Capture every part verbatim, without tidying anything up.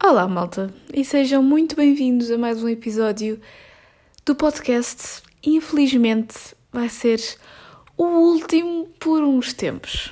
Olá, malta, e sejam muito bem-vindos a mais um episódio do podcast. Infelizmente, vai ser o último por uns tempos.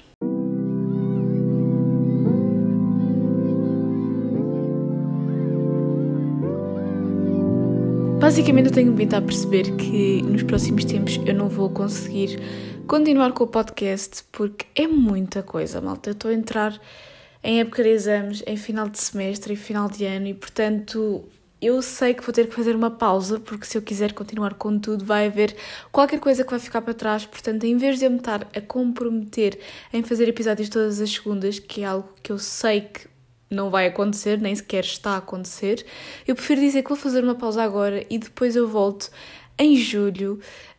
Basicamente, eu tenho vindo a perceber que nos próximos tempos eu não vou conseguir continuar com o podcast porque é muita coisa, malta. Eu estou a entrar em época de exames, em final de semestre e final de ano e, portanto, eu sei que vou ter que fazer uma pausa porque se eu quiser continuar com tudo vai haver qualquer coisa que vai ficar para trás. Portanto, em vez de eu me estar a comprometer em fazer episódios todas as segundas, que é algo que eu sei que não vai acontecer, nem sequer está a acontecer, eu prefiro dizer que vou fazer uma pausa agora e depois eu volto em julho,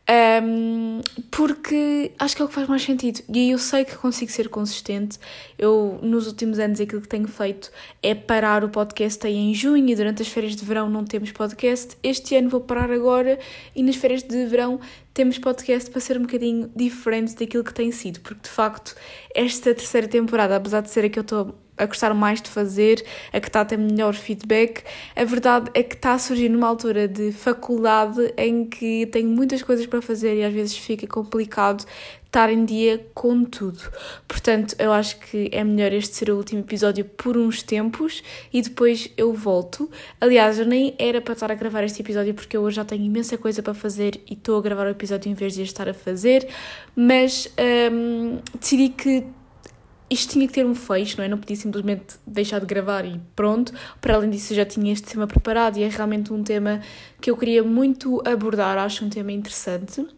um, porque acho que é o que faz mais sentido e aí eu sei que consigo ser consistente. Eu, nos últimos anos, aquilo que tenho feito é parar o podcast aí em junho e durante as férias de verão não temos podcast. Este ano vou parar agora e nas férias de verão temos podcast para ser um bocadinho diferente daquilo que tem sido, porque de facto esta terceira temporada, apesar de ser a que eu estou a gostar mais de fazer, a que está a ter melhor feedback, a verdade é que está a surgir numa altura de faculdade em que tenho muitas coisas para fazer e às vezes fica complicado estar em dia com tudo. Portanto, eu acho que é melhor este ser o último episódio por uns tempos e depois eu volto. Aliás, eu nem era para estar a gravar este episódio porque eu hoje já tenho imensa coisa para fazer e estou a gravar o episódio em vez de estar a fazer, mas hum, decidi que isto tinha que ter um fecho, não é? Não podia simplesmente deixar de gravar e pronto. Para além disso, eu já tinha este tema preparado e é realmente um tema que eu queria muito abordar, acho um tema interessante.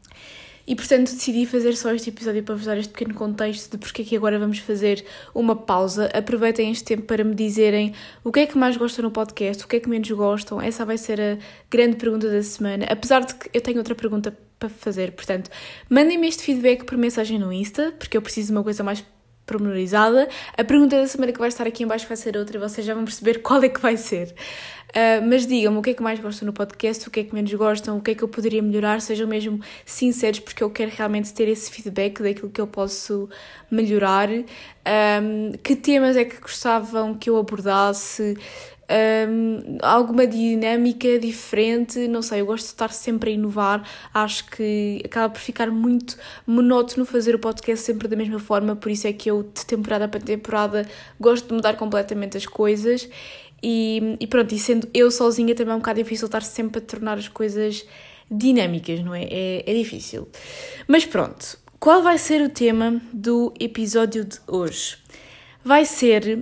E, portanto, decidi fazer só este episódio para vos dar este pequeno contexto de porque é que agora vamos fazer uma pausa. Aproveitem este tempo para me dizerem o que é que mais gostam no podcast, o que é que menos gostam. Essa vai ser a grande pergunta da semana. Apesar de que eu tenho outra pergunta para fazer, portanto, mandem-me este feedback por mensagem no Insta, porque eu preciso de uma coisa mais pormenorizada. A pergunta da semana que vai estar aqui em baixo vai ser outra e vocês já vão perceber qual é que vai ser. Uh, mas digam-me o que é que mais gostam no podcast, o que é que menos gostam, o que é que eu poderia melhorar, sejam mesmo sinceros porque eu quero realmente ter esse feedback daquilo que eu posso melhorar. Um, que temas é que gostavam que eu abordasse? Um, alguma dinâmica diferente, não sei, eu gosto de estar sempre a inovar, acho que acaba por ficar muito monótono fazer o podcast sempre da mesma forma, por isso é que eu de temporada para temporada gosto de mudar completamente as coisas e, e pronto, e sendo eu sozinha também é um bocado difícil estar sempre a tornar as coisas dinâmicas, não é? É, é difícil. Mas pronto, qual vai ser o tema do episódio de hoje? Vai ser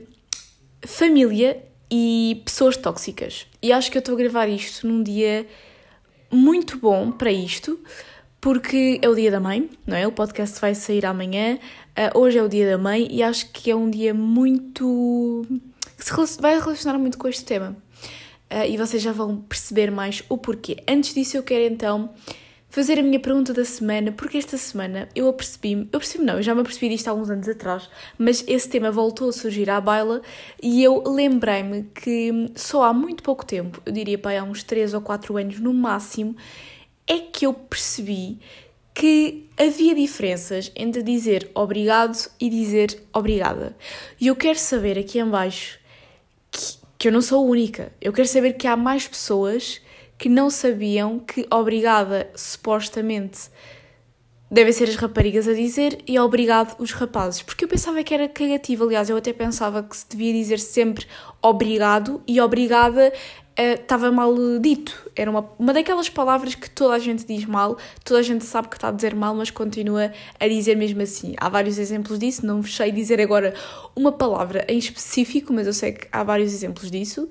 família e pessoas tóxicas. E acho que eu estou a gravar isto num dia muito bom para isto, porque é o dia da mãe, não é? O podcast vai sair amanhã, uh, hoje é o dia da mãe e acho que é um dia muito... que se vai relacionar muito com este tema. Uh, e vocês já vão perceber mais o porquê. Antes disso eu quero então fazer a minha pergunta da semana, porque esta semana eu apercebi-me, eu percebi não, eu já me apercebi disto há uns anos atrás, mas esse tema voltou a surgir à baila e eu lembrei-me que só há muito pouco tempo, eu diria para há uns três ou quatro anos no máximo, é que eu percebi que havia diferenças entre dizer obrigado e dizer obrigada. E eu quero saber aqui em baixo que, que eu não sou a única, eu quero saber que há mais pessoas que não sabiam que obrigada, supostamente, devem ser as raparigas a dizer e obrigado os rapazes. Porque eu pensava que era cagativo, aliás, eu até pensava que se devia dizer sempre obrigado e obrigada uh, estava mal dito. Era uma, uma daquelas palavras que toda a gente diz mal, toda a gente sabe que está a dizer mal, mas continua a dizer mesmo assim. Há vários exemplos disso, não vos sei dizer agora uma palavra em específico, mas eu sei que há vários exemplos disso.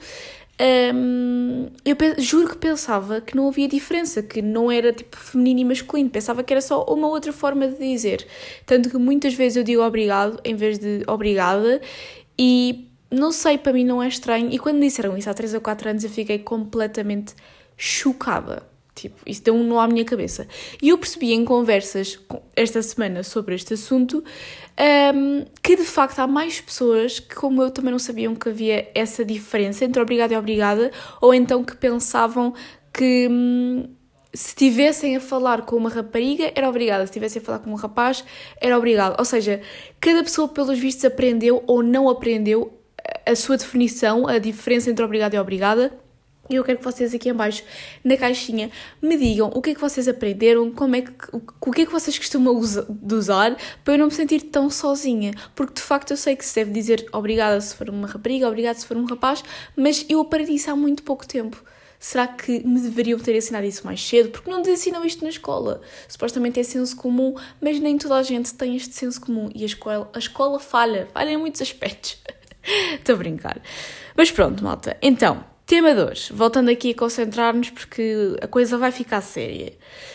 Um, eu pe- juro que pensava que não havia diferença, que não era tipo feminino e masculino, pensava que era só uma outra forma de dizer, tanto que muitas vezes eu digo obrigado em vez de obrigada e não sei, para mim não é estranho e quando disseram isso há três ou quatro anos eu fiquei completamente chocada. Tipo, isso deu um nó à minha cabeça. E eu percebi em conversas esta semana sobre este assunto um, que de facto há mais pessoas que, como eu, também não sabiam que havia essa diferença entre obrigado e obrigada, ou então que pensavam que hum, se estivessem a falar com uma rapariga era obrigada, se estivessem a falar com um rapaz era obrigado. Ou seja, cada pessoa pelos vistos aprendeu ou não aprendeu a sua definição, a diferença entre obrigado e obrigada. E eu quero que vocês aqui em baixo, na caixinha, me digam o que é que vocês aprenderam, como é que, o, o que é que vocês costumam usa, de usar, para eu não me sentir tão sozinha. Porque, de facto, eu sei que se deve dizer obrigada se for uma rapariga, obrigado se for um rapaz, mas eu aprendi isso há muito pouco tempo. Será que me deveriam ter ensinado isso mais cedo? Porque não nos ensinam isto na escola. Supostamente é senso comum, mas nem toda a gente tem este senso comum. E a escola, a escola falha, falha em muitos aspectos. Estou a brincar. Mas pronto, malta. Então, tema de hoje. Voltando aqui a concentrar-nos porque a coisa vai ficar séria.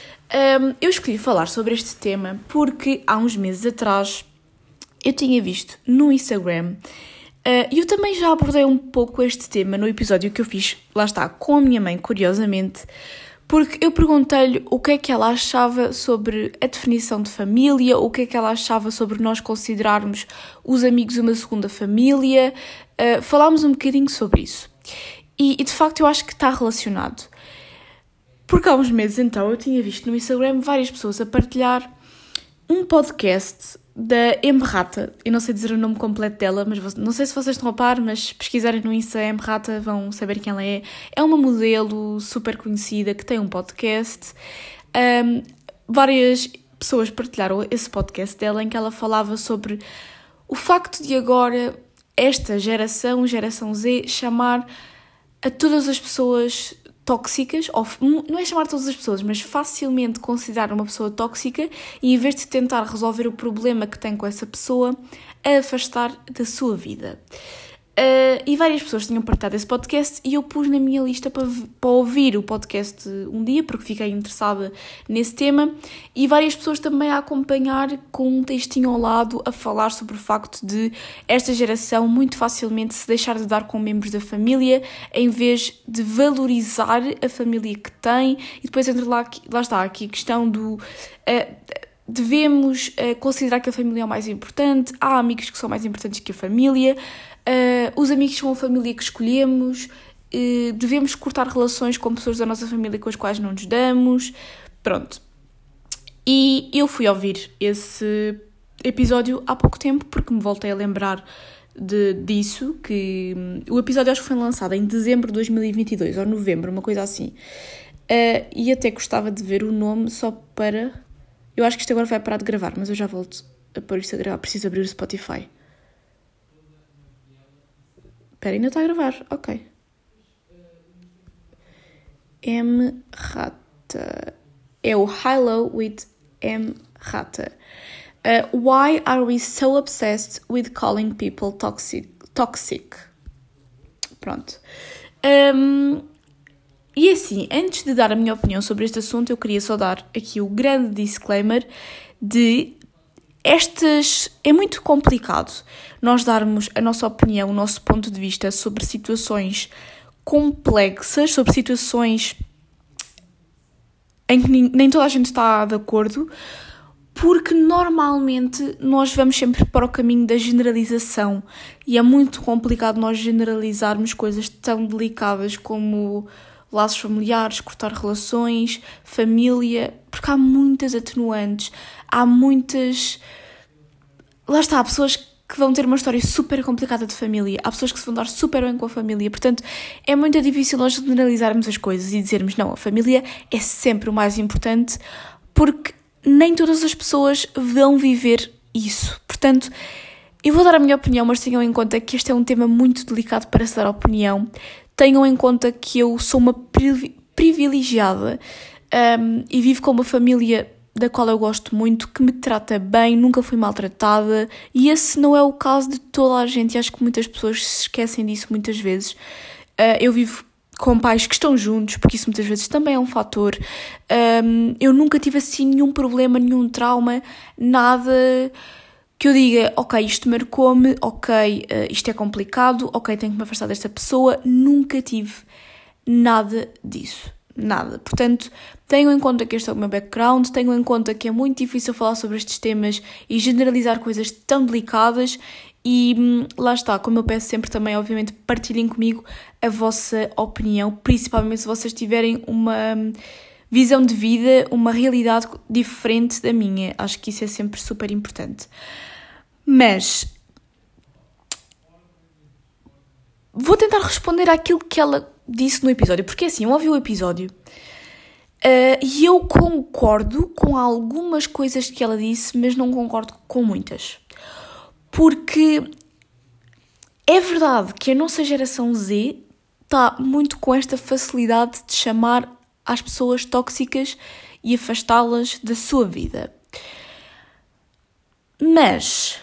Um, eu escolhi falar sobre este tema porque há uns meses atrás eu tinha visto no Instagram. E uh, eu também já abordei um pouco este tema no episódio que eu fiz, lá está, com a minha mãe, curiosamente, porque eu perguntei-lhe o que é que ela achava sobre a definição de família, o que é que ela achava sobre nós considerarmos os amigos uma segunda família, uh, falámos um bocadinho sobre isso. E, e de facto eu acho que está relacionado. Porque há uns meses então eu tinha visto no Instagram várias pessoas a partilhar um podcast da Emrata. Eu não sei dizer o nome completo dela, mas não sei se vocês estão a par, mas pesquisarem no Insta Emrata vão saber quem ela é. É uma modelo super conhecida que tem um podcast. Um, várias pessoas partilharam esse podcast dela em que ela falava sobre o facto de agora esta geração, geração Z, chamar a todas as pessoas tóxicas, ou não é chamar todas as pessoas, mas facilmente considerar uma pessoa tóxica e em vez de tentar resolver o problema que tem com essa pessoa, a afastar da sua vida. Uh, e várias pessoas tinham partilhado esse podcast e eu pus na minha lista para, para ouvir o podcast um dia, porque fiquei interessada nesse tema, e várias pessoas também a acompanhar com um textinho ao lado a falar sobre o facto de esta geração muito facilmente se deixar de dar com membros da família em vez de valorizar a família que tem, e depois entra lá, lá está aqui a questão do... Uh, devemos uh, considerar que a família é o mais importante, há amigos que são mais importantes que a família, uh, os amigos são a família que escolhemos, uh, devemos cortar relações com pessoas da nossa família com as quais não nos damos, pronto. E eu fui ouvir esse episódio há pouco tempo porque me voltei a lembrar de, disso, que um, o episódio acho que foi lançado em dezembro de dois mil e vinte e dois, ou novembro, uma coisa assim, uh, e até gostava de ver o nome só para... Eu acho que isto agora vai parar de gravar, mas eu já volto a pôr isto a gravar. Preciso abrir o Spotify. Espera, ainda está a gravar. Ok. Emrata. É o Hello with Emrata. Uh, why are we so obsessed with calling people toxic? Toxic. Pronto. Um... E assim, antes de dar a minha opinião sobre este assunto, eu queria só dar aqui o grande disclaimer de estas... É muito complicado nós darmos a nossa opinião, o nosso ponto de vista sobre situações complexas, sobre situações em que nem toda a gente está de acordo, porque normalmente nós vamos sempre para o caminho da generalização e é muito complicado nós generalizarmos coisas tão delicadas como... laços familiares, cortar relações, família, porque há muitas atenuantes, há muitas... Lá está, há pessoas que vão ter uma história super complicada de família, há pessoas que se vão dar super bem com a família, portanto é muito difícil nós generalizarmos as coisas e dizermos não, a família é sempre o mais importante, porque nem todas as pessoas vão viver isso, portanto... Eu vou dar a minha opinião, mas tenham em conta que este é um tema muito delicado para se dar opinião. Tenham em conta que eu sou uma privilegiada um, e vivo com uma família da qual eu gosto muito, que me trata bem, nunca fui maltratada, e esse não é o caso de toda a gente, e acho que muitas pessoas se esquecem disso muitas vezes. Uh, eu vivo com pais que estão juntos, porque isso muitas vezes também é um fator. Um, eu nunca tive assim nenhum problema, nenhum trauma, nada... que eu diga, ok, isto marcou-me, ok, uh, isto é complicado, ok, tenho que me afastar desta pessoa. Nunca tive nada disso, nada. Portanto, tenham em conta que este é o meu background, tenham em conta que é muito difícil falar sobre estes temas e generalizar coisas tão delicadas e hum, lá está, como eu peço sempre também, obviamente, partilhem comigo a vossa opinião, principalmente se vocês tiverem uma... Hum, visão de vida, uma realidade diferente da minha. Acho que isso é sempre super importante. Mas, vou tentar responder àquilo que ela disse no episódio, porque assim, eu ouvi o episódio uh, e eu concordo com algumas coisas que ela disse, mas não concordo com muitas. Porque é verdade que a nossa geração Z está muito com esta facilidade de chamar às pessoas tóxicas e afastá-las da sua vida. Mas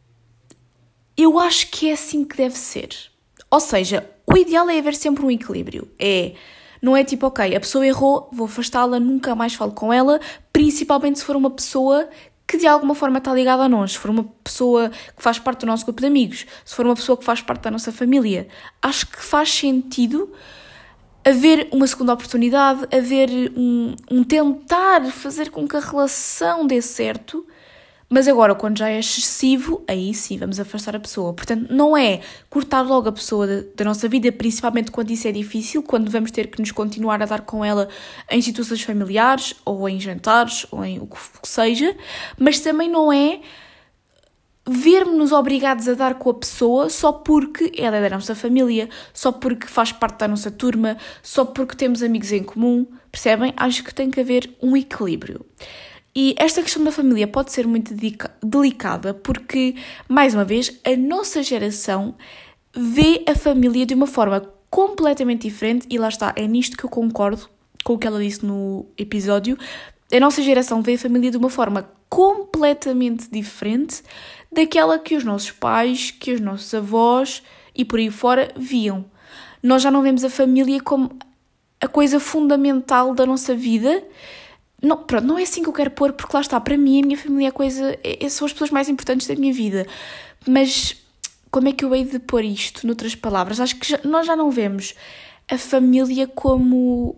eu acho que é assim que deve ser. Ou seja, o ideal é haver sempre um equilíbrio. É, não é tipo, ok, a pessoa errou, vou afastá-la, nunca mais falo com ela, principalmente se for uma pessoa que de alguma forma está ligada a nós, se for uma pessoa que faz parte do nosso grupo de amigos, se for uma pessoa que faz parte da nossa família. Acho que faz sentido haver uma segunda oportunidade, haver um, um tentar fazer com que a relação dê certo, mas agora, quando já é excessivo, aí sim vamos afastar a pessoa. Portanto, não é cortar logo a pessoa da, da nossa vida, principalmente quando isso é difícil, quando vamos ter que nos continuar a dar com ela em situações familiares, ou em jantares, ou em o que seja, mas também não é vermos-nos obrigados a dar com a pessoa só porque ela é da nossa família, só porque faz parte da nossa turma, só porque temos amigos em comum, percebem? Acho que tem que haver um equilíbrio. E esta questão da família pode ser muito delicada porque, mais uma vez, a nossa geração vê a família de uma forma completamente diferente e lá está, é nisto que eu concordo com o que ela disse no episódio. A nossa geração vê a família de uma forma completamente diferente daquela que os nossos pais, que os nossos avós e por aí fora viam. Nós já não vemos a família como a coisa fundamental da nossa vida. Não, pronto, não é assim que eu quero pôr, porque lá está, para mim a minha família é a coisa, é, são as pessoas mais importantes da minha vida. Mas como é que eu hei de pôr isto noutras palavras? Acho que já, nós já não vemos a família como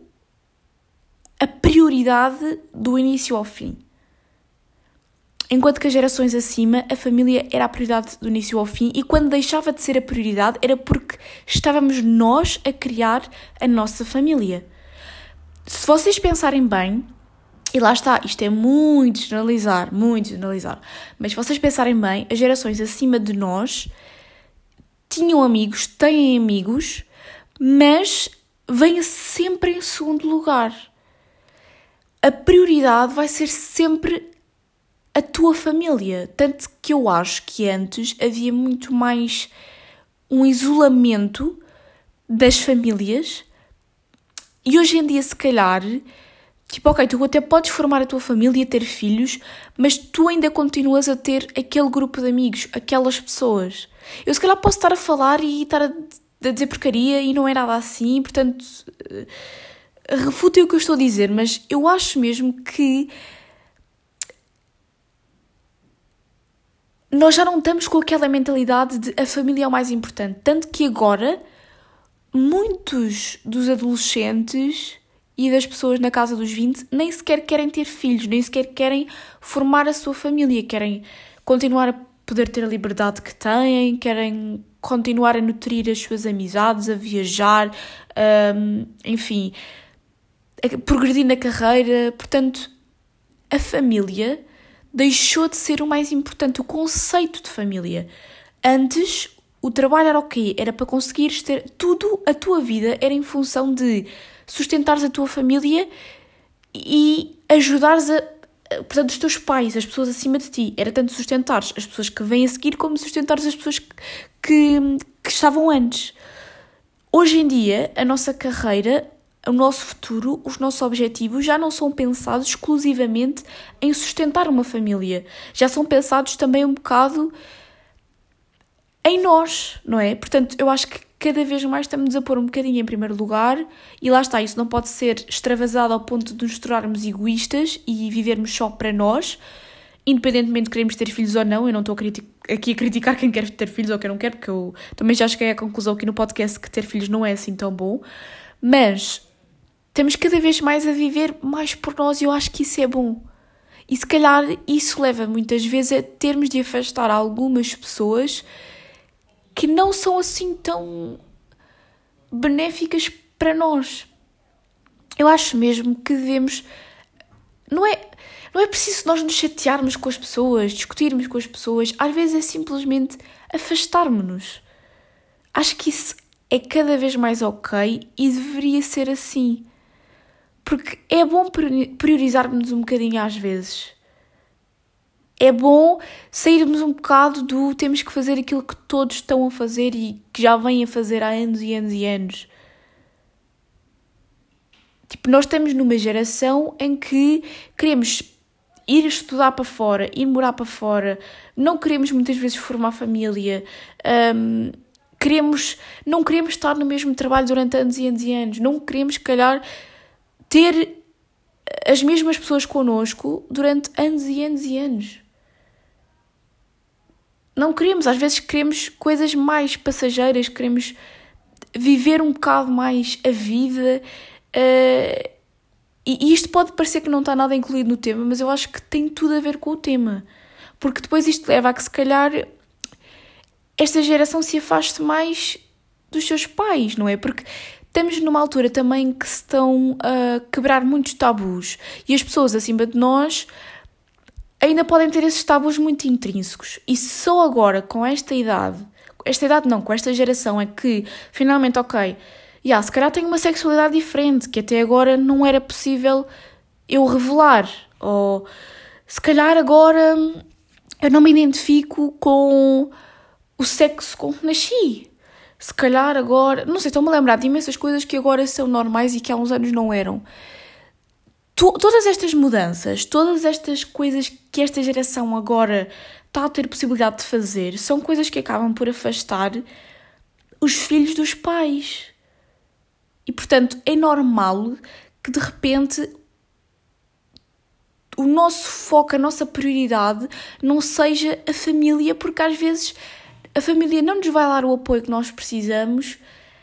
a prioridade do início ao fim. Enquanto que as gerações acima, a família era a prioridade do início ao fim e quando deixava de ser a prioridade era porque estávamos nós a criar a nossa família. Se vocês pensarem bem, e lá está, isto é muito generalizar, muito generalizar, mas se vocês pensarem bem, as gerações acima de nós tinham amigos, têm amigos, mas vêm sempre em segundo lugar. A prioridade vai ser sempre a tua família. Tanto que eu acho que antes havia muito mais um isolamento das famílias e hoje em dia, se calhar, tipo, ok, tu até podes formar a tua família e ter filhos, mas tu ainda continuas a ter aquele grupo de amigos, aquelas pessoas. Eu se calhar posso estar a falar e estar a, a dizer porcaria e não é nada assim, portanto, refutem o que eu estou a dizer, mas eu acho mesmo que nós já não estamos com aquela mentalidade de a família é o mais importante. Tanto que agora, muitos dos adolescentes e das pessoas na casa dos vinte nem sequer querem ter filhos, nem sequer querem formar a sua família, querem continuar a poder ter a liberdade que têm, querem continuar a nutrir as suas amizades, a viajar, um, enfim, a progredir na carreira. Portanto, a família deixou de ser o mais importante, o conceito de família. Antes, o trabalho era o quê? Era para conseguires ter tudo, a tua vida era em função de sustentares a tua família e ajudares a, portanto, os teus pais, as pessoas acima de ti. Era tanto sustentares as pessoas que vêm a seguir como sustentares as pessoas que, que, que estavam antes. Hoje em dia, a nossa carreira, o nosso futuro, os nossos objetivos já não são pensados exclusivamente em sustentar uma família. Já são pensados também um bocado em nós, não é? Portanto, eu acho que cada vez mais estamos a pôr um bocadinho em primeiro lugar e lá está, isso não pode ser extravasado ao ponto de nos tornarmos egoístas e vivermos só para nós, independentemente de queremos ter filhos ou não. Eu não estou aqui a criticar quem quer ter filhos ou quem não quer, porque eu também já cheguei à conclusão aqui no podcast que ter filhos não é assim tão bom, mas temos cada vez mais a viver mais por nós e eu acho que isso é bom. E se calhar isso leva muitas vezes a termos de afastar algumas pessoas que não são assim tão benéficas para nós. Eu acho mesmo que devemos... Não é, não é preciso nós nos chatearmos com as pessoas, discutirmos com as pessoas. Às vezes é simplesmente afastarmos-nos. Acho que isso é cada vez mais ok e deveria ser assim. Porque é bom priorizarmos um bocadinho às vezes. É bom sairmos um bocado do temos que fazer aquilo que todos estão a fazer e que já vêm a fazer há anos e anos e anos. Tipo, nós estamos numa geração em que queremos ir estudar para fora, ir morar para fora, não queremos muitas vezes formar família, um, queremos, não queremos estar no mesmo trabalho durante anos e anos e anos, não queremos, se calhar, ter as mesmas pessoas connosco durante anos e anos e anos. Não queremos, às vezes queremos coisas mais passageiras, queremos viver um bocado mais a vida. Uh, e isto pode parecer que não está nada incluído no tema, mas eu acho que tem tudo a ver com o tema. Porque depois isto leva a que, se calhar, esta geração se afaste mais dos seus pais, não é? Porque estamos numa altura também que se estão a quebrar muitos tabus. E as pessoas acima de nós ainda podem ter esses tabus muito intrínsecos. E só agora, com esta idade, esta idade não, com esta geração, é que finalmente, ok, yeah, se calhar tenho uma sexualidade diferente, que até agora não era possível eu revelar. Ou se calhar agora eu não me identifico com o sexo com que nasci. Se calhar agora, não sei, estou-me a lembrar de imensas coisas que agora são normais e que há uns anos não eram. Todas estas mudanças, todas estas coisas que esta geração agora está a ter possibilidade de fazer, são coisas que acabam por afastar os filhos dos pais. E, portanto, é normal que, de repente, o nosso foco, a nossa prioridade não seja a família, porque às vezes a família não nos vai dar o apoio que nós precisamos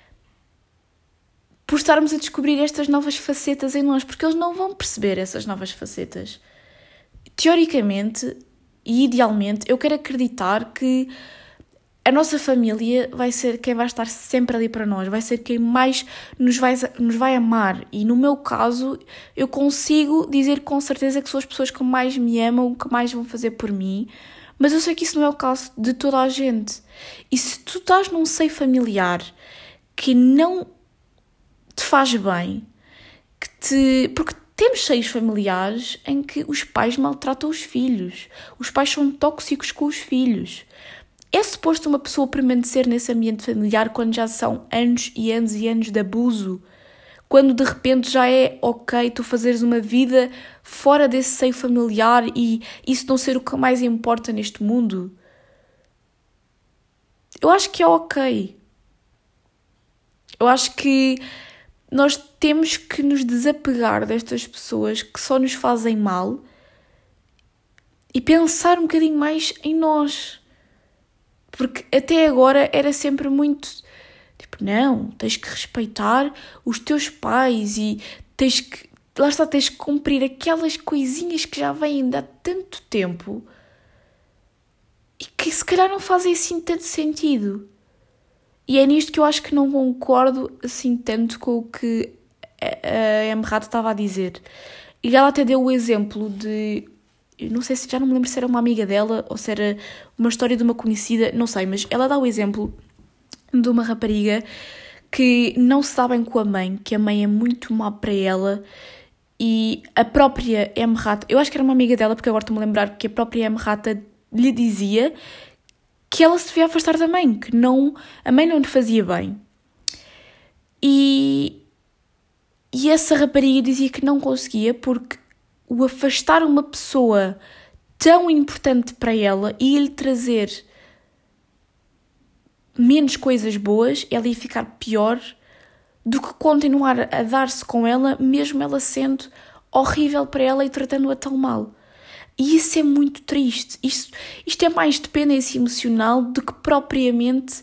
por estarmos a descobrir estas novas facetas em nós, porque eles não vão perceber essas novas facetas. Teoricamente e idealmente, eu quero acreditar que a nossa família vai ser quem vai estar sempre ali para nós, vai ser quem mais nos vai, nos vai amar. E no meu caso, eu consigo dizer com certeza que são as pessoas que mais me amam, que mais vão fazer por mim, mas eu sei que isso não é o caso de toda a gente. E se tu estás num seio familiar que não te faz bem, que te... porque temos seios familiares em que os pais maltratam os filhos, os pais são tóxicos com os filhos. É suposto uma pessoa permanecer nesse ambiente familiar quando já são anos e anos e anos de abuso? Quando de repente já é ok tu fazeres uma vida fora desse seio familiar e isso não ser o que mais importa neste mundo? Eu acho que é ok. Eu acho que nós temos que nos desapegar destas pessoas que só nos fazem mal e pensar um bocadinho mais em nós. Porque até agora era sempre muito, tipo, não, tens que respeitar os teus pais e tens que, lá está, tens que cumprir aquelas coisinhas que já vêm de há tanto tempo e que se calhar não fazem assim tanto sentido. E é nisto que eu acho que não concordo assim tanto com o que a Emrata estava a dizer. E ela até deu o exemplo de... Eu não sei se já não me lembro se era uma amiga dela ou se era uma história de uma conhecida, não sei, mas ela dá o exemplo de uma rapariga que não se dá bem com a mãe, que a mãe é muito má para ela e a própria Emrata, eu acho que era uma amiga dela, porque agora estou-me a lembrar que a própria Emrata lhe dizia que ela se devia afastar da mãe, que não, a mãe não lhe fazia bem. E, e essa rapariga dizia que não conseguia porque o afastar uma pessoa tão importante para ela e lhe trazer menos coisas boas, ela ia ficar pior do que continuar a dar-se com ela, mesmo ela sendo horrível para ela e tratando-a tão mal. E isso é muito triste. Isto, isto é mais dependência emocional do que propriamente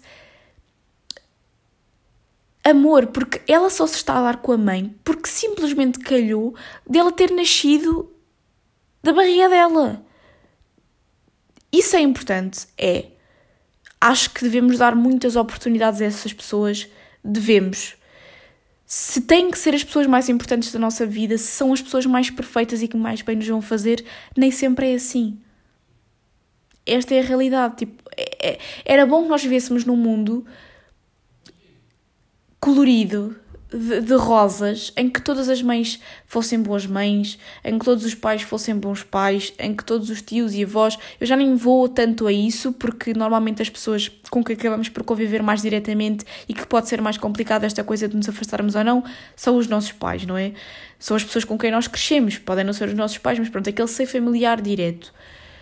amor, porque ela só se está a dar com a mãe porque simplesmente calhou dela ter nascido da barriga dela. Isso é importante, é. Acho que devemos dar muitas oportunidades a essas pessoas, devemos. Se têm que ser as pessoas mais importantes da nossa vida, se são as pessoas mais perfeitas e que mais bem nos vão fazer, nem sempre é assim. Esta é a realidade. Tipo, é, é, era bom que nós vivêssemos num mundo colorido de, de rosas, em que todas as mães fossem boas mães, em que todos os pais fossem bons pais, em que todos os tios e avós... Eu já nem vou tanto a isso, porque normalmente as pessoas com que acabamos por conviver mais diretamente e que pode ser mais complicado esta coisa de nos afastarmos ou não, são os nossos pais, não é? São as pessoas com quem nós crescemos, podem não ser os nossos pais, mas pronto, aquele seio familiar direto.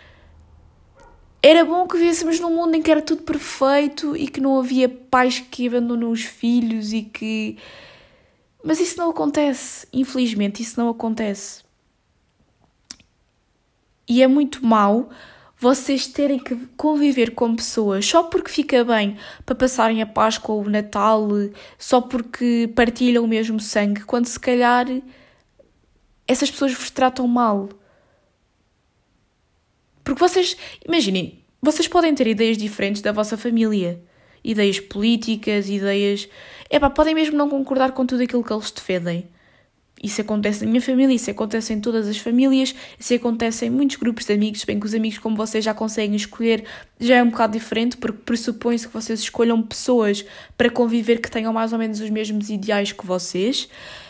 Era bom que vivêssemos num mundo em que era tudo perfeito e que não havia pais que abandonam os filhos e que... Mas isso não acontece, infelizmente, isso não acontece. E é muito mau vocês terem que conviver com pessoas só porque fica bem para passarem a Páscoa ou o Natal, só porque partilham o mesmo sangue, quando se calhar essas pessoas vos tratam mal. Porque vocês, imaginem, vocês podem ter ideias diferentes da vossa família. Ideias políticas, ideias... Epá, podem mesmo não concordar com tudo aquilo que eles defendem. Isso acontece na minha família, isso acontece em todas as famílias, isso acontece em muitos grupos de amigos, bem que os amigos, como vocês já conseguem escolher, já é um bocado diferente, porque pressupõe-se que vocês escolham pessoas para conviver que tenham mais ou menos os mesmos ideais que vocês.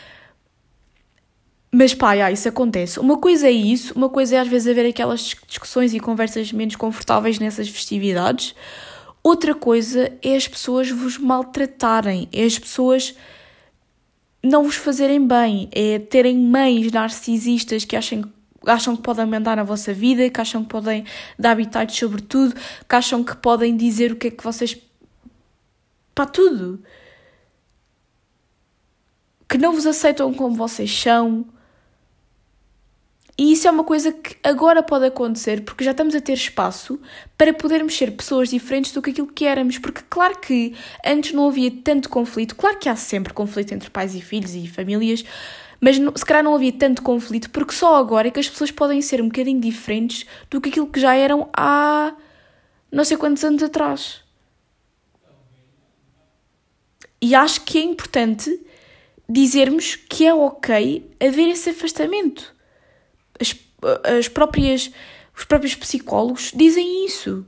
Mas pá, já, isso acontece. Uma coisa é isso, uma coisa é às vezes haver aquelas discussões e conversas menos confortáveis nessas festividades. Outra coisa é as pessoas vos maltratarem, é as pessoas não vos fazerem bem, é terem mães narcisistas que achem, acham que podem mandar na vossa vida, que acham que podem dar habitats sobre tudo, que acham que podem dizer o que é que vocês... Pá, tudo. Que não vos aceitam como vocês são. E isso é uma coisa que agora pode acontecer, porque já estamos a ter espaço para podermos ser pessoas diferentes do que aquilo que éramos. Porque claro que antes não havia tanto conflito, claro que há sempre conflito entre pais e filhos e famílias, mas não, se calhar não havia tanto conflito, porque só agora é que as pessoas podem ser um bocadinho diferentes do que aquilo que já eram há não sei quantos anos atrás. E acho que é importante dizermos que é ok haver esse afastamento. As, as próprias, os próprios psicólogos dizem isso.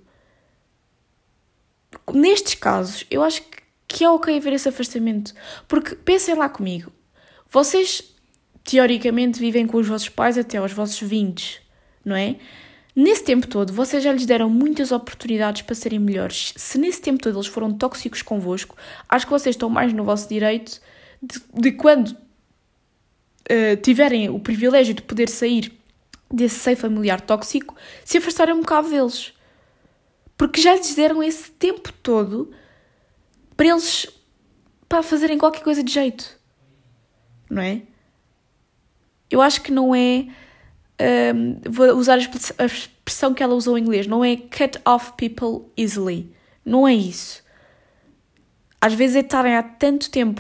Nestes casos, eu acho que é ok haver esse afastamento. Porque, pensem lá comigo, vocês, teoricamente, vivem com os vossos pais até aos vossos vinte, não é? Nesse tempo todo, vocês já lhes deram muitas oportunidades para serem melhores. Se nesse tempo todo eles foram tóxicos convosco, acho que vocês estão mais no vosso direito de, de quando uh, tiverem o privilégio de poder sair desse seio familiar tóxico, se afastarem um bocado deles. Porque já lhes deram esse tempo todo para eles para fazerem qualquer coisa de jeito. Não é? Eu acho que não é... Um, vou usar a expressão que ela usou em inglês. Não é cut off people easily. Não é isso. Às vezes é estarem há tanto tempo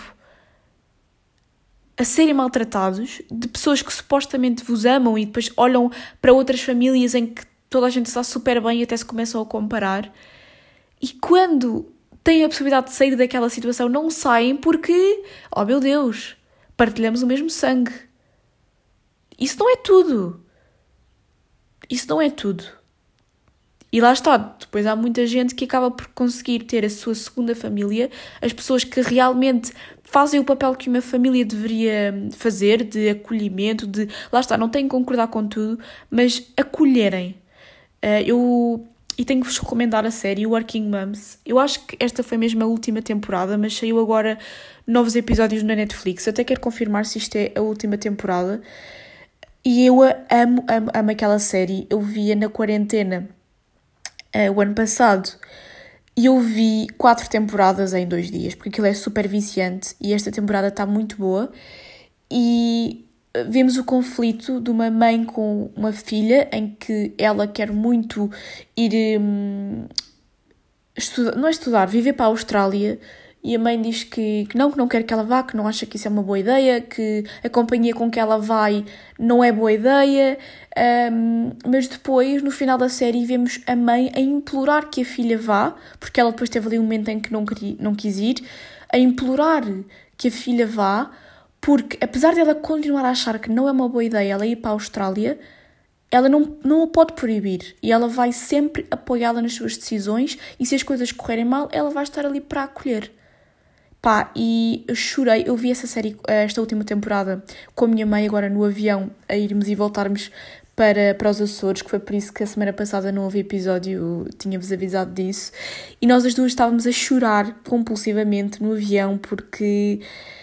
a serem maltratados de pessoas que supostamente vos amam e depois olham para outras famílias em que toda a gente está super bem e até se começam a comparar. E quando têm a possibilidade de sair daquela situação, não saem porque, oh meu Deus, partilhamos o mesmo sangue. Isso não é tudo. Isso não é tudo. E lá está, depois há muita gente que acaba por conseguir ter a sua segunda família, as pessoas que realmente fazem o papel que uma família deveria fazer, de acolhimento, de... Lá está, não tenho que concordar com tudo, mas acolherem. Uh, eu... E tenho que vos recomendar a série Working Moms. Eu acho que esta foi mesmo a última temporada, mas saiu agora novos episódios na Netflix. Eu até quero confirmar se isto é a última temporada. E eu amo, amo, amo aquela série. Eu via na quarentena uh, o ano passado. E eu vi quatro temporadas em dois dias, porque aquilo é super viciante. E esta temporada está muito boa. E vemos o conflito de uma mãe com uma filha, em que ela quer muito ir... Hum, estudar, não é estudar, viver para a Austrália. E a mãe diz que, que não, que não quer que ela vá, que não acha que isso é uma boa ideia, que a companhia com que ela vai não é boa ideia. Um, mas depois, no final da série, vemos a mãe a implorar que a filha vá, porque ela depois teve ali um momento em que não, queria, não quis ir, a implorar que a filha vá, porque apesar dela continuar a achar que não é uma boa ideia ela ir para a Austrália, ela não, não a pode proibir e ela vai sempre apoiá-la nas suas decisões e se as coisas correrem mal, ela vai estar ali para a acolher. Pá, e eu chorei, eu vi essa série, esta última temporada, com a minha mãe agora no avião, a irmos e voltarmos para, para os Açores, que foi por isso que a semana passada não houve episódio, tinha-vos avisado disso, e nós as duas estávamos a chorar compulsivamente no avião, porque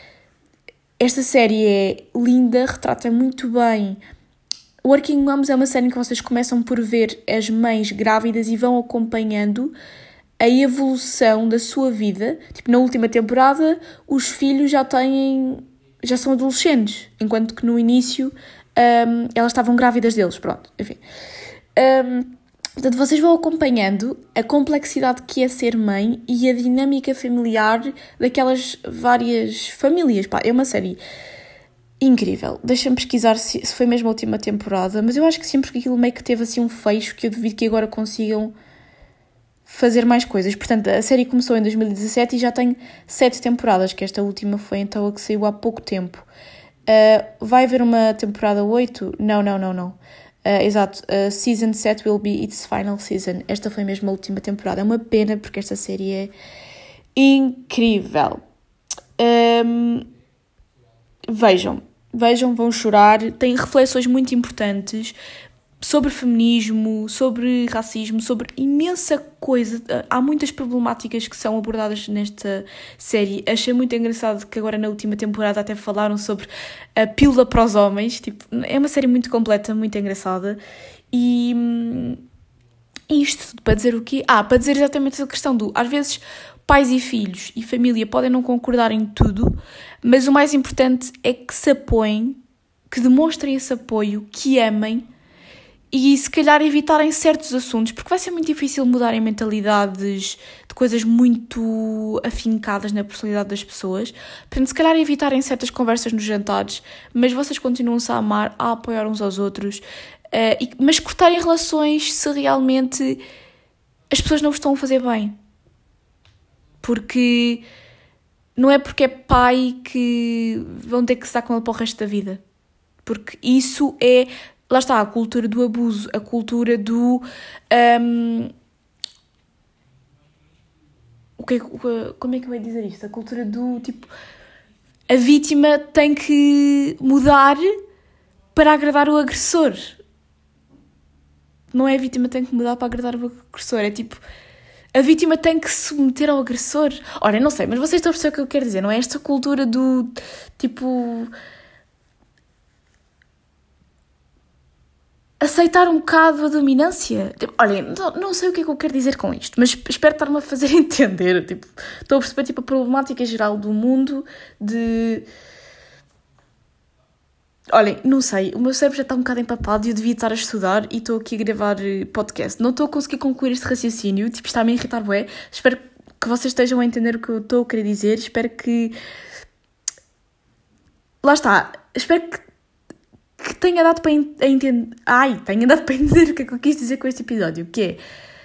esta série é linda, retrata muito bem. Working Moms é uma série em que vocês começam por ver as mães grávidas e vão acompanhando a evolução da sua vida. Tipo, na última temporada, os filhos já têm, já são adolescentes, enquanto que no início um, elas estavam grávidas deles, pronto, enfim. Um, portanto, vocês vão acompanhando a complexidade que é ser mãe e a dinâmica familiar daquelas várias famílias. Pá, é uma série incrível. Deixa-me pesquisar se, se foi mesmo a última temporada, mas eu acho que sim, porque aquilo meio que teve assim um fecho que eu duvido que agora consigam fazer mais coisas. Portanto, a série começou em dois mil e dezassete e já tem sete temporadas, que esta última foi então a que saiu há pouco tempo. Uh, vai haver uma temporada oito? Não, não, não, não. Uh, exato, uh, Season sete will be its final season. Esta foi mesmo a última temporada. É uma pena porque esta série é incrível. Um, vejam, vejam, vão chorar. Tem reflexões muito importantes sobre feminismo, sobre racismo, sobre imensa coisa. Há muitas problemáticas que são abordadas nesta série. Achei muito engraçado que agora na última temporada até falaram sobre a pílula para os homens. Tipo, é uma série muito completa, muito engraçada. E isto tudo para dizer o quê? Ah, para dizer exatamente essa questão do... Às vezes pais e filhos e família podem não concordar em tudo, mas o mais importante é que se apoiem, que demonstrem esse apoio, que amem, e se calhar evitarem certos assuntos, porque vai ser muito difícil mudarem mentalidades de coisas muito afincadas na personalidade das pessoas. Portanto, se calhar evitarem certas conversas nos jantares, mas vocês continuam-se a amar, a apoiar uns aos outros, uh, e, mas cortarem relações se realmente as pessoas não vos estão a fazer bem. Porque não é porque é pai que vão ter que se dar com ele para o resto da vida. Porque isso é... Lá está, a cultura do abuso, a cultura do... Um, o que é, como é que eu ia dizer isto? A cultura do, tipo... A vítima tem que mudar para agradar o agressor. Não é a vítima tem que mudar para agradar o agressor, é tipo... A vítima tem que se submeter ao agressor. Ora, eu não sei, mas vocês estão a perceber o que eu quero dizer, não é? Esta cultura do, tipo... aceitar um bocado a dominância. Tipo, olhem, não, não sei o que é que eu quero dizer com isto, mas espero estar-me a fazer entender. Tipo, estou a perceber tipo, a problemática geral do mundo de... Olhem, não sei, o meu cérebro já está um bocado empapado e eu devia estar a estudar e estou aqui a gravar podcast. Não estou a conseguir concluir este raciocínio, tipo, está-me a irritar bué. Espero que vocês estejam a entender o que eu estou a querer dizer. Espero que... Lá está. Espero que que tenha dado para entender... Ai, tenha dado para entender o que é que eu quis dizer com este episódio, que é...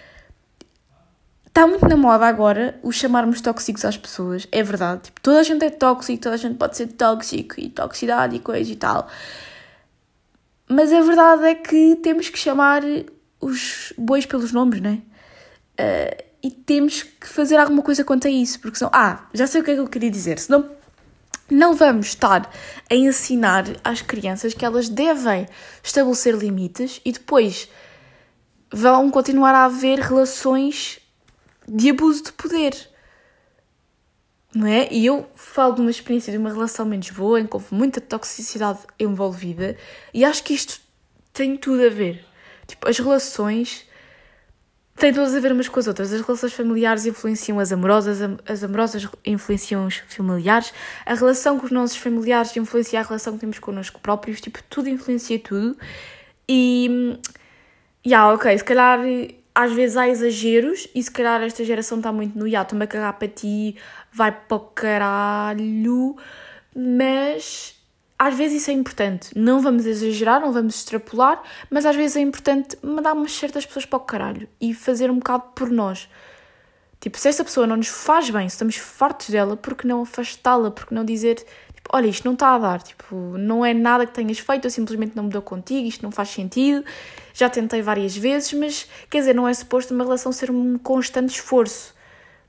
Está muito na moda agora o chamarmos tóxicos às pessoas, é verdade. Tipo, toda a gente é tóxico, toda a gente pode ser tóxico e toxicidade e coisa e tal. Mas a verdade é que temos que chamar os bois pelos nomes, não é? Uh, e temos que fazer alguma coisa quanto a isso, porque senão... Ah, já sei o que é que eu queria dizer, senão... Não vamos estar a ensinar às crianças que elas devem estabelecer limites e depois vão continuar a haver relações de abuso de poder, não é? E eu falo de uma experiência de uma relação menos boa, em que houve muita toxicidade envolvida, e acho que isto tem tudo a ver. Tipo, as relações... Tem todas a ver umas com as outras. As relações familiares influenciam as amorosas, as amorosas influenciam os familiares, a relação com os nossos familiares influencia a relação que temos connosco próprios, tipo, tudo influencia tudo. E, yeah, ok, se calhar às vezes há exageros e se calhar esta geração está muito no, yeah, estou-me a cagar para ti, vai para o caralho, mas... Às vezes isso é importante, não vamos exagerar, não vamos extrapolar, mas às vezes é importante mandar umas certas pessoas para o caralho e fazer um bocado por nós. Tipo, se essa pessoa não nos faz bem, se estamos fartos dela, por que não afastá-la? Por que não dizer, tipo, olha, isto não está a dar, tipo, não é nada que tenhas feito, eu simplesmente não me dou contigo, isto não faz sentido, já tentei várias vezes, mas, quer dizer, não é suposto uma relação ser um constante esforço.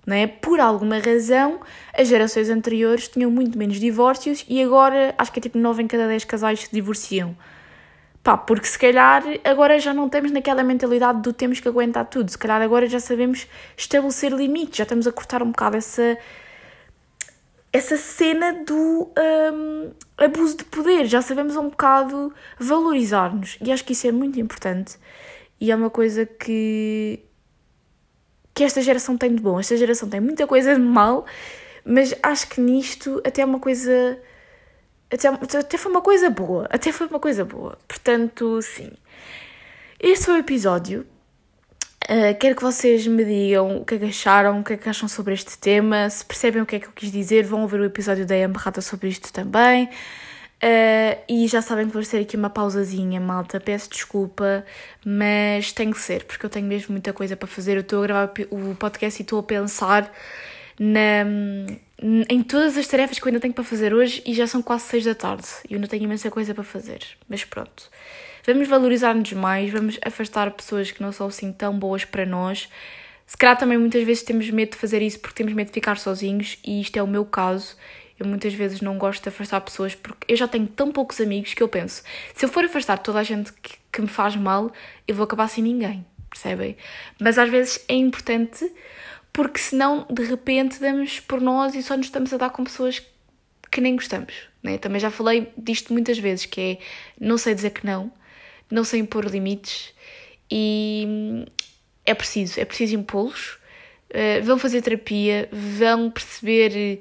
não é? Por alguma razão, as gerações anteriores tinham muito menos divórcios e agora acho que é tipo nove em cada dez casais se divorciam. Pá, porque se calhar agora já não temos naquela mentalidade do temos que aguentar tudo. Se calhar agora já sabemos estabelecer limites, já estamos a cortar um bocado essa, essa cena do um, abuso de poder. Já sabemos um bocado valorizar-nos. E acho que isso é muito importante. E é uma coisa que, que esta geração tem de bom. Esta geração tem muita coisa de mal, mas acho que nisto até é uma coisa... Até, até foi uma coisa boa. Até foi uma coisa boa. Portanto, sim. Este foi o episódio. Uh, quero que vocês me digam o que é que acharam, o que é que acham sobre este tema. Se percebem o que é que eu quis dizer, vão ouvir o episódio da Amberrata sobre isto também. Uh, e já sabem que vou ser aqui uma pausazinha, malta. Peço desculpa, mas tem que ser, porque eu tenho mesmo muita coisa para fazer. Eu estou a gravar o podcast e estou a pensar na, em todas as tarefas que eu ainda tenho para fazer hoje e já são quase seis da tarde e eu ainda tenho imensa coisa para fazer, mas pronto, vamos valorizar-nos mais, vamos afastar pessoas que não são assim tão boas para nós. Se calhar também muitas vezes temos medo de fazer isso porque temos medo de ficar sozinhos e isto é o meu caso. Eu muitas vezes não gosto de afastar pessoas porque eu já tenho tão poucos amigos que eu penso, se eu for afastar toda a gente que, que me faz mal, eu vou acabar sem ninguém, percebem? Mas às vezes é importante, porque senão, de repente, damos por nós e só nos estamos a dar com pessoas que nem gostamos, né? Também já falei disto muitas vezes, que é não sei dizer que não, não sei impor limites e é preciso, é preciso impô-los. Uh, vão fazer terapia, vão perceber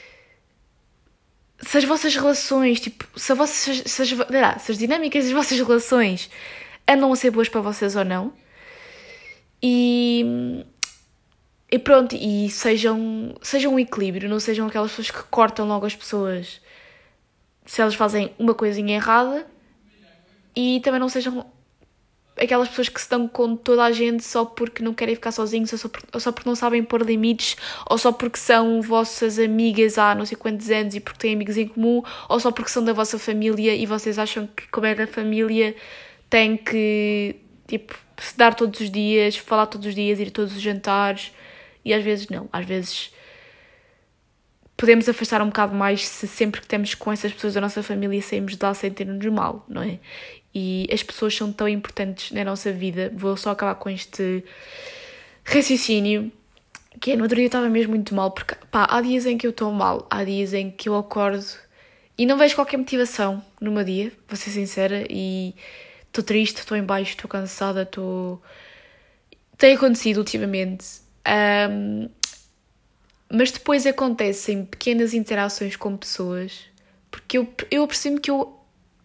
se as vossas relações, tipo, se, a vossas, se, as, se as dinâmicas das vossas relações andam a ser boas para vocês ou não. E... E pronto, e sejam, sejam um equilíbrio, não sejam aquelas pessoas que cortam logo as pessoas se elas fazem uma coisinha errada e também não sejam aquelas pessoas que se dão com toda a gente só porque não querem ficar sozinhos ou só, por, ou só porque não sabem pôr limites ou só porque são vossas amigas há não sei quantos anos e porque têm amigos em comum ou só porque são da vossa família e vocês acham que, como é da família, têm que tipo, se dar todos os dias, falar todos os dias, ir a todos os jantares. E às vezes não, às vezes podemos afastar um bocado mais se sempre que estamos com essas pessoas da nossa família saímos de lá sem ter-nos mal, não é? E as pessoas são tão importantes na nossa vida. Vou só acabar com este raciocínio, que é, no outro dia eu estava mesmo muito mal, porque pá, há dias em que eu estou mal, há dias em que eu acordo e não vejo qualquer motivação no meu dia, vou ser sincera, e estou triste, estou em baixo, estou cansada, estou... Tem acontecido ultimamente. Um, mas depois acontecem pequenas interações com pessoas, porque eu, eu percebo que eu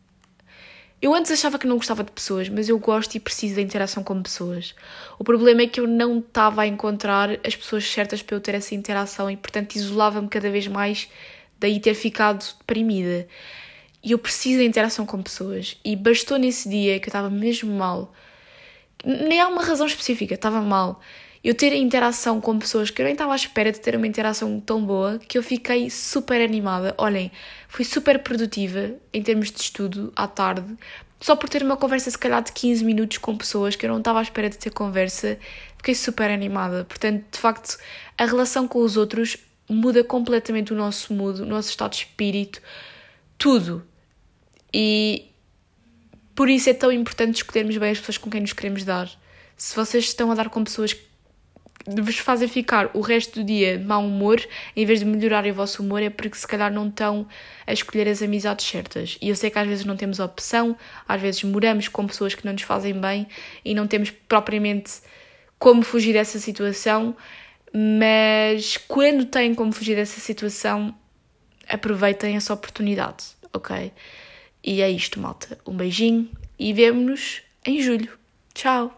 eu antes achava que não gostava de pessoas, mas eu gosto e preciso da interação com pessoas. O problema é que eu não estava a encontrar as pessoas certas para eu ter essa interação e portanto isolava-me cada vez mais, daí ter ficado deprimida. E eu preciso da interação com pessoas e bastou nesse dia que eu estava mesmo mal, nem há uma razão específica, estava mal, eu ter a interação com pessoas que eu nem estava à espera de ter uma interação tão boa, que eu fiquei super animada. Olhem, fui super produtiva em termos de estudo à tarde, só por ter uma conversa se calhar de quinze minutos com pessoas que eu não estava à espera de ter conversa, fiquei super animada. Portanto, de facto, a relação com os outros muda completamente o nosso mood, o nosso estado de espírito, tudo. E por isso é tão importante escolhermos bem as pessoas com quem nos queremos dar. Se vocês estão a dar com pessoas que vos fazem ficar o resto do dia de mau humor, em vez de melhorarem o vosso humor, é porque se calhar não estão a escolher as amizades certas. E eu sei que às vezes não temos opção, às vezes moramos com pessoas que não nos fazem bem e não temos propriamente como fugir dessa situação, mas quando têm como fugir dessa situação, aproveitem essa oportunidade, ok? E é isto, malta. Um beijinho e vemo-nos em julho. Tchau!